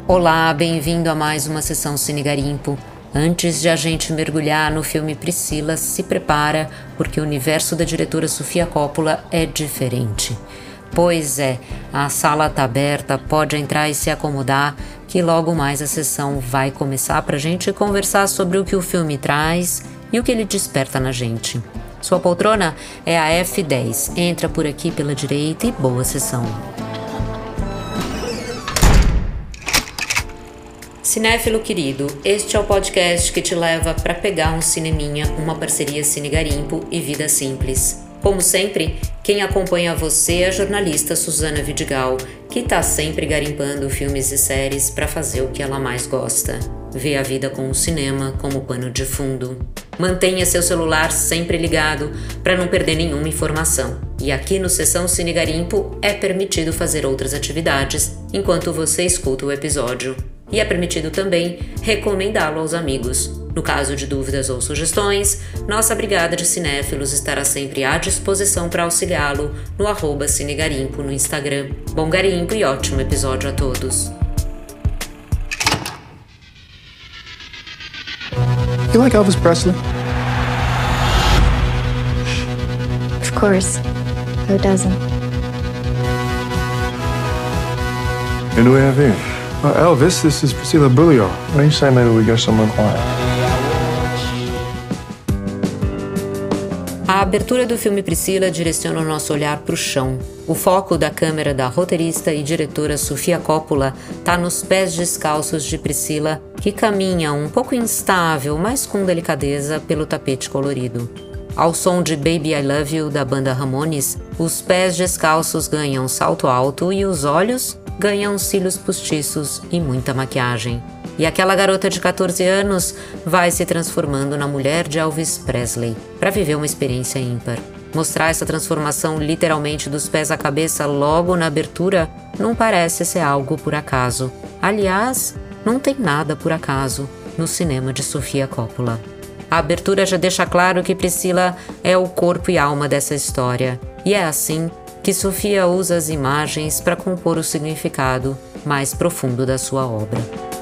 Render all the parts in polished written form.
Olá, bem-vindo a mais uma sessão Cine Garimpo. Antes de a gente mergulhar no filme Priscila, se prepara, porque o universo da diretora Sofia Coppola é diferente. Pois é, a sala tá aberta, pode entrar e se acomodar, que logo mais a sessão vai começar pra gente conversar sobre o que o filme traz e o que ele desperta na gente. Sua poltrona é a F10, entra por aqui pela direita e boa sessão. Cinéfilo querido, este é o podcast que te leva para pegar um cineminha, uma parceria Cine Garimpo e Vida Simples. Como sempre, quem acompanha você é a jornalista Suzana Vidigal, que está sempre garimpando filmes e séries para fazer o que ela mais gosta. Ver a vida com o cinema como pano de fundo. Mantenha seu celular sempre ligado para não perder nenhuma informação. E aqui no Sessão Cine Garimpo é permitido fazer outras atividades enquanto você escuta o episódio. E é permitido também recomendá-lo aos amigos. No caso de dúvidas ou sugestões, nossa brigada de cinéfilos estará sempre à disposição para auxiliá-lo no @cinegarimpo no Instagram. Bom garimpo e ótimo episódio a todos. You like Elvis Presley? Of course. Who doesn't? And who we have here? Elvis, this is Priscilla Bruglio. What do you say maybe we get someone quiet? A abertura do filme Priscila direciona o nosso olhar para o chão. O foco da câmera da roteirista e diretora Sofia Coppola está nos pés descalços de Priscila, que caminha um pouco instável, mas com delicadeza, pelo tapete colorido. Ao som de Baby I Love You da banda Ramones, os pés descalços ganham salto alto e os olhos ganham cílios postiços e muita maquiagem. E aquela garota de 14 anos vai se transformando na mulher de Elvis Presley para viver uma experiência ímpar. Mostrar essa transformação literalmente dos pés à cabeça logo na abertura não parece ser algo por acaso. Aliás, não tem nada por acaso no cinema de Sofia Coppola. A abertura já deixa claro que Priscila é o corpo e alma dessa história, e é assim que Sofia usa as imagens para compor o significado mais profundo da sua obra.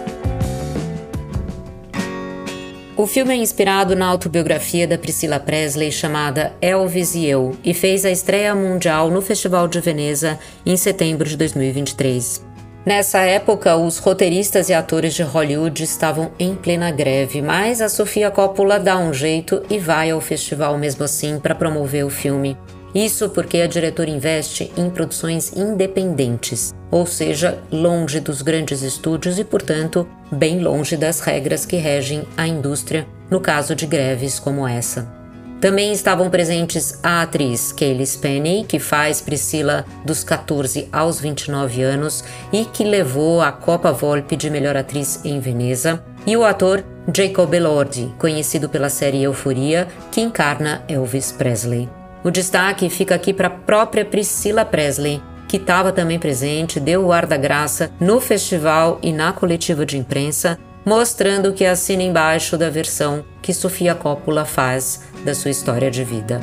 O filme é inspirado na autobiografia da Priscilla Presley chamada Elvis e Eu e fez a estreia mundial no Festival de Veneza em setembro de 2023. Nessa época, os roteiristas e atores de Hollywood estavam em plena greve, mas a Sofia Coppola dá um jeito e vai ao festival mesmo assim para promover o filme. Isso porque a diretora investe em produções independentes, ou seja, longe dos grandes estúdios e, portanto, bem longe das regras que regem a indústria no caso de greves como essa. Também estavam presentes a atriz Cailee Spaeny, que faz Priscila dos 14 aos 29 anos e que levou a Coppa Volpi de melhor atriz em Veneza, e o ator Jacob Elordi, conhecido pela série Euforia, que encarna Elvis Presley. O destaque fica aqui para a própria Priscilla Presley, que estava também presente, deu o ar da graça no festival e na coletiva de imprensa, mostrando que assina embaixo da versão que Sofia Coppola faz da sua história de vida.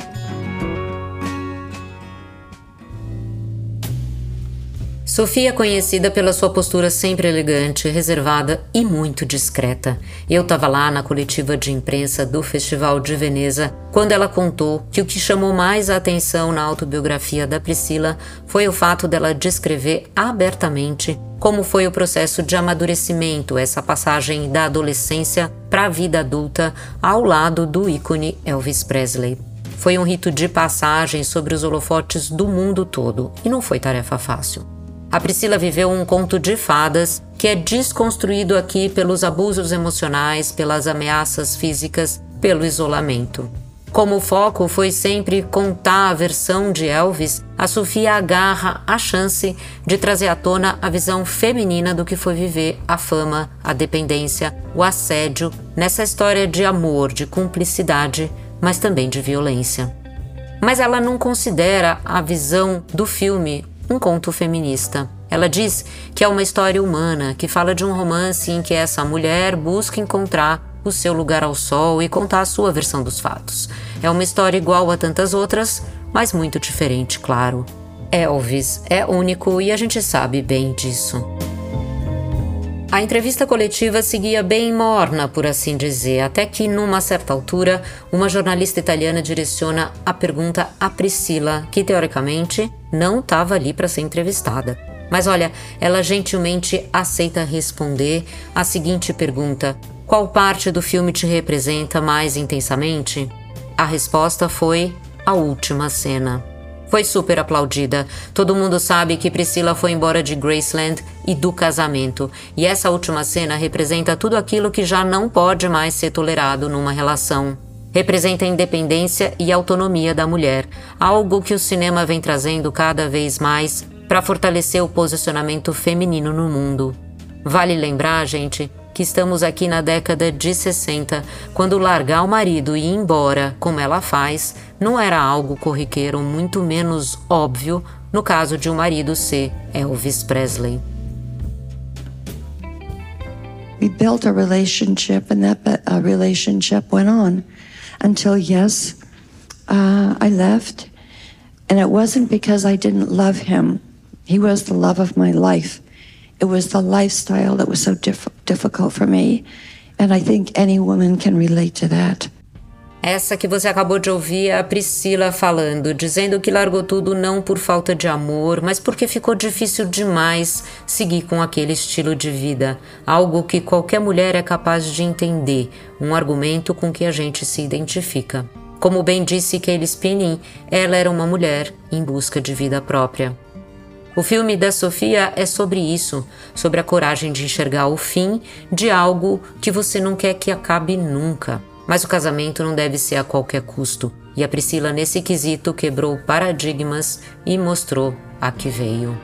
Sofia é conhecida pela sua postura sempre elegante, reservada e muito discreta. Eu estava lá na coletiva de imprensa do Festival de Veneza quando ela contou que o que chamou mais a atenção na autobiografia da Priscila foi o fato dela descrever abertamente como foi o processo de amadurecimento, essa passagem da adolescência para a vida adulta ao lado do ícone Elvis Presley. Foi um rito de passagem sobre os holofotes do mundo todo e não foi tarefa fácil. A Priscila viveu um conto de fadas que é desconstruído aqui pelos abusos emocionais, pelas ameaças físicas, pelo isolamento. Como o foco foi sempre contar a versão de Elvis, a Sofia agarra a chance de trazer à tona a visão feminina do que foi viver a fama, a dependência, o assédio, nessa história de amor, de cumplicidade, mas também de violência. Mas ela não considera a visão do filme um conto feminista. Ela diz que é uma história humana, que fala de um romance em que essa mulher busca encontrar o seu lugar ao sol e contar a sua versão dos fatos. É uma história igual a tantas outras, mas muito diferente, claro. Elvis é único e a gente sabe bem disso. A entrevista coletiva seguia bem morna, por assim dizer, até que, numa certa altura, uma jornalista italiana direciona a pergunta a Priscilla, que, teoricamente, não estava ali para ser entrevistada. Mas olha, ela gentilmente aceita responder a seguinte pergunta: qual parte do filme te representa mais intensamente? A resposta foi a última cena. Foi super aplaudida. Todo mundo sabe que Priscilla foi embora de Graceland e do casamento. E essa última cena representa tudo aquilo que já não pode mais ser tolerado numa relação. Representa a independência e autonomia da mulher, algo que o cinema vem trazendo cada vez mais para fortalecer o posicionamento feminino no mundo. Vale lembrar, gente, que estamos aqui na década de 60, quando largar o marido e ir embora, como ela faz, não era algo corriqueiro, muito menos óbvio, no caso de um marido ser Elvis Presley. We built a relationship, and that relationship went on until, yes, I left. And it wasn't because I didn't love him. He was the love of my life. It was the lifestyle that was so difficult for me. And I think any woman can relate to that. Essa que você acabou de ouvir é a Priscilla falando, dizendo que largou tudo não por falta de amor, mas porque ficou difícil demais seguir com aquele estilo de vida. Algo que qualquer mulher é capaz de entender, um argumento com que a gente se identifica. Como bem disse Cailee Spaeny, ela era uma mulher em busca de vida própria. O filme da Sofia é sobre isso, sobre a coragem de enxergar o fim de algo que você não quer que acabe nunca. Mas o casamento não deve ser a qualquer custo, e a Priscilla nesse quesito quebrou paradigmas e mostrou a que veio.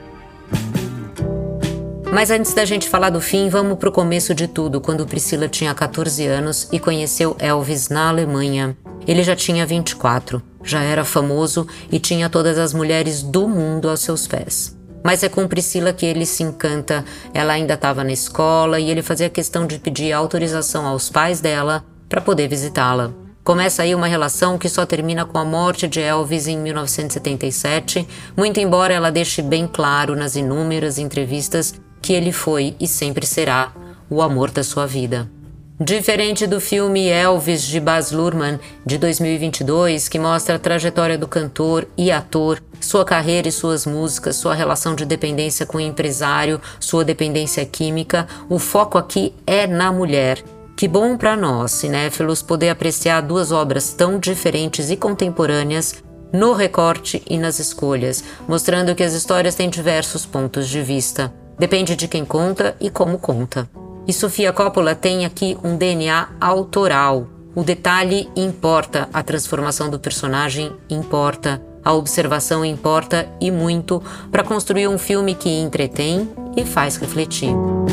Mas antes da gente falar do fim, vamos pro começo de tudo, quando Priscilla tinha 14 anos e conheceu Elvis na Alemanha. Ele já tinha 24, já era famoso e tinha todas as mulheres do mundo aos seus pés. Mas é com Priscilla que ele se encanta. Ela ainda estava na escola e ele fazia questão de pedir autorização aos pais dela para poder visitá-la. Começa aí uma relação que só termina com a morte de Elvis em 1977, muito embora ela deixe bem claro nas inúmeras entrevistas que ele foi e sempre será o amor da sua vida. Diferente do filme Elvis, de Baz Luhrmann, de 2022, que mostra a trajetória do cantor e ator, sua carreira e suas músicas, sua relação de dependência com o empresário, sua dependência química, o foco aqui é na mulher. Que bom para nós, cinéfilos, poder apreciar duas obras tão diferentes e contemporâneas no recorte e nas escolhas, mostrando que as histórias têm diversos pontos de vista. Depende de quem conta e como conta. E Sofia Coppola tem aqui um DNA autoral. O detalhe importa, a transformação do personagem importa, a observação importa e muito para construir um filme que entretém e faz refletir.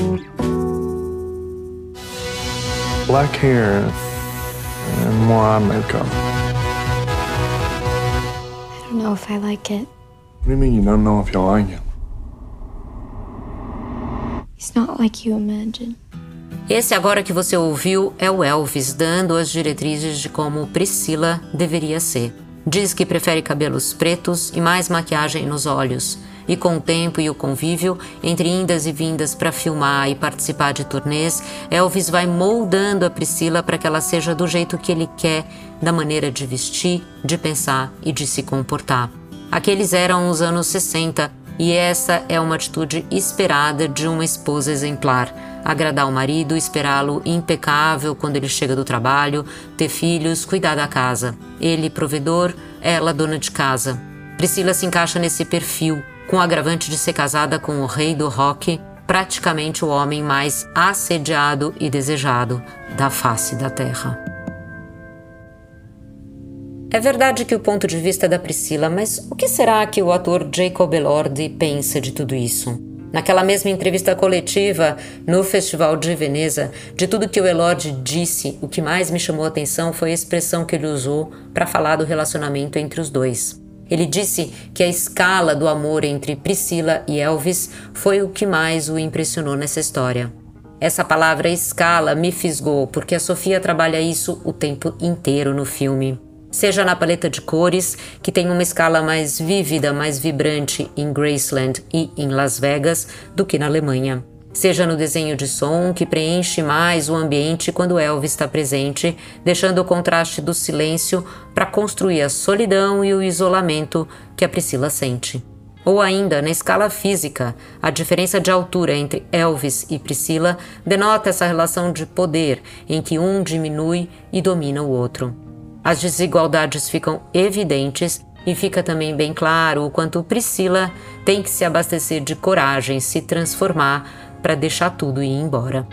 Black hair and more eye makeup. I don't know if I like it. What do you mean you don't know if you like it? He's not like you imagine. Esse agora que você ouviu é o Elvis dando as diretrizes de como Priscilla deveria ser. Diz que prefere cabelos pretos e mais maquiagem nos olhos. E com o tempo e o convívio, entre indas e vindas para filmar e participar de turnês, Elvis vai moldando a Priscilla para que ela seja do jeito que ele quer, da maneira de vestir, de pensar e de se comportar. Aqueles eram os anos 60 e essa é uma atitude esperada de uma esposa exemplar. Agradar o marido, esperá-lo impecável quando ele chega do trabalho, ter filhos, cuidar da casa. Ele provedor, ela dona de casa. Priscilla se encaixa nesse perfil, com o agravante de ser casada com o rei do rock, praticamente o homem mais assediado e desejado da face da terra. É verdade que o ponto de vista é da Priscilla, mas o que será que o ator Jacob Elordi pensa de tudo isso? Naquela mesma entrevista coletiva no Festival de Veneza, de tudo que o Elordi disse, o que mais me chamou a atenção foi a expressão que ele usou para falar do relacionamento entre os dois. Ele disse que a escala do amor entre Priscilla e Elvis foi o que mais o impressionou nessa história. Essa palavra escala me fisgou, porque a Sofia trabalha isso o tempo inteiro no filme. Seja na paleta de cores, que tem uma escala mais vívida, mais vibrante em Graceland e em Las Vegas do que na Alemanha. seja no desenho de som, que preenche mais o ambiente quando Elvis está presente, deixando o contraste do silêncio para construir a solidão e o isolamento que a Priscila sente. Ou ainda, na escala física, a diferença de altura entre Elvis e Priscila denota essa relação de poder em que um diminui e domina o outro. As desigualdades ficam evidentes e fica também bem claro o quanto Priscila tem que se abastecer de coragem, se transformar para deixar tudo e ir embora.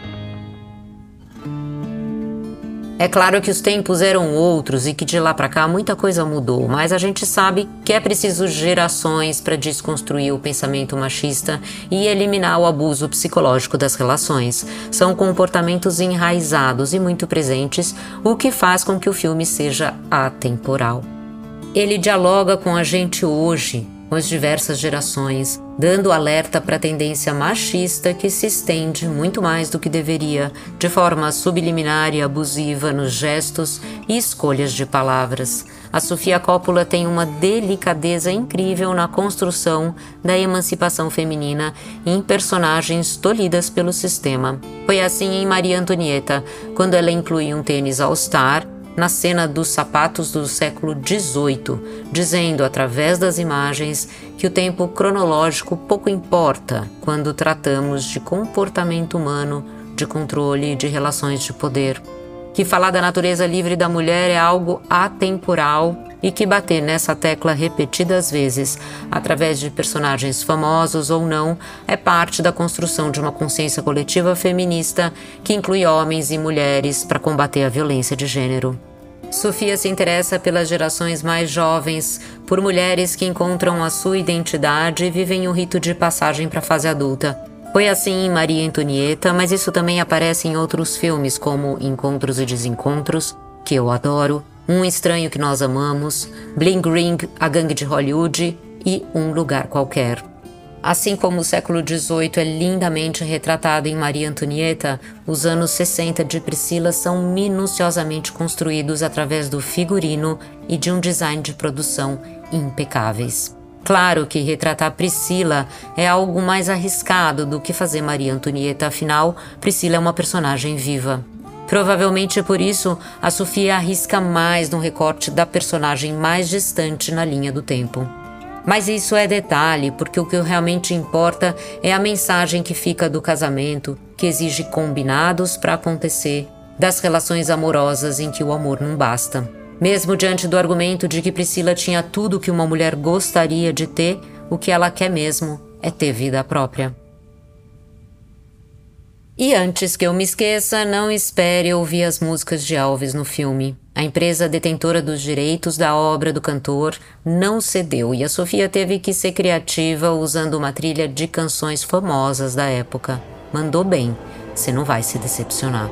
É claro que os tempos eram outros e que de lá para cá muita coisa mudou, mas a gente sabe que é preciso gerações para desconstruir o pensamento machista e eliminar o abuso psicológico das relações. São comportamentos enraizados e muito presentes, o que faz com que o filme seja atemporal. Ele dialoga com a gente hoje, com as diversas gerações, dando alerta para a tendência machista que se estende muito mais do que deveria, de forma subliminar e abusiva nos gestos e escolhas de palavras. A Sofia Coppola tem uma delicadeza incrível na construção da emancipação feminina em personagens tolhidas pelo sistema. Foi assim em Maria Antonieta, quando ela inclui um tênis all-star na cena dos sapatos do século XVIII, dizendo através das imagens que o tempo cronológico pouco importa quando tratamos de comportamento humano, de controle e de relações de poder. Que falar da natureza livre da mulher é algo atemporal e que bater nessa tecla repetidas vezes, através de personagens famosos ou não, é parte da construção de uma consciência coletiva feminista que inclui homens e mulheres para combater a violência de gênero. Sofia se interessa pelas gerações mais jovens, por mulheres que encontram a sua identidade e vivem o rito de passagem para a fase adulta. Foi assim em Maria Antonieta, mas isso também aparece em outros filmes como Encontros e Desencontros, que eu adoro, Um Estranho que Nós Amamos, Bling Ring, A Gangue de Hollywood e Um Lugar Qualquer. Assim como o século XVIII é lindamente retratado em Maria Antonieta, os anos 60 de Priscila são minuciosamente construídos através do figurino e de um design de produção impecáveis. Claro que retratar Priscila é algo mais arriscado do que fazer Maria Antonieta, afinal, Priscila é uma personagem viva. Provavelmente por isso, a Sofia arrisca mais no recorte da personagem mais distante na linha do tempo. Mas isso é detalhe, porque o que realmente importa é a mensagem que fica do casamento, que exige combinados para acontecer, das relações amorosas em que o amor não basta. Mesmo diante do argumento de que Priscila tinha tudo que uma mulher gostaria de ter, o que ela quer mesmo é ter vida própria. E antes que eu me esqueça, não espere ouvir as músicas de Elvis no filme. A empresa detentora dos direitos da obra do cantor não cedeu e a Sofia teve que ser criativa usando uma trilha de canções famosas da época. Mandou bem, você não vai se decepcionar.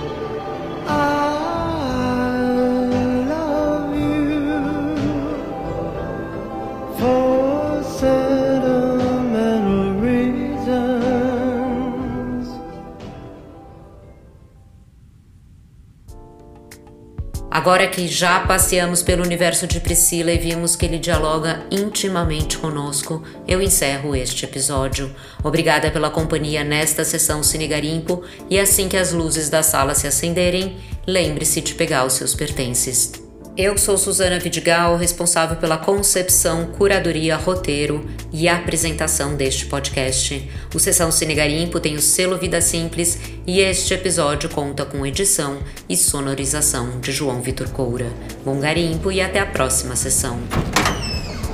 Agora que já passeamos pelo universo de Priscila e vimos que ele dialoga intimamente conosco, eu encerro este episódio. Obrigada pela companhia nesta sessão Cine Garimpo e assim que as luzes da sala se acenderem, lembre-se de pegar os seus pertences. Eu sou Suzana Vidigal, responsável pela concepção, curadoria, roteiro e apresentação deste podcast. O Sessão Cine Garimpo tem o selo Vida Simples e este episódio conta com edição e sonorização de João Vitor Coura. Bom garimpo e até a próxima sessão.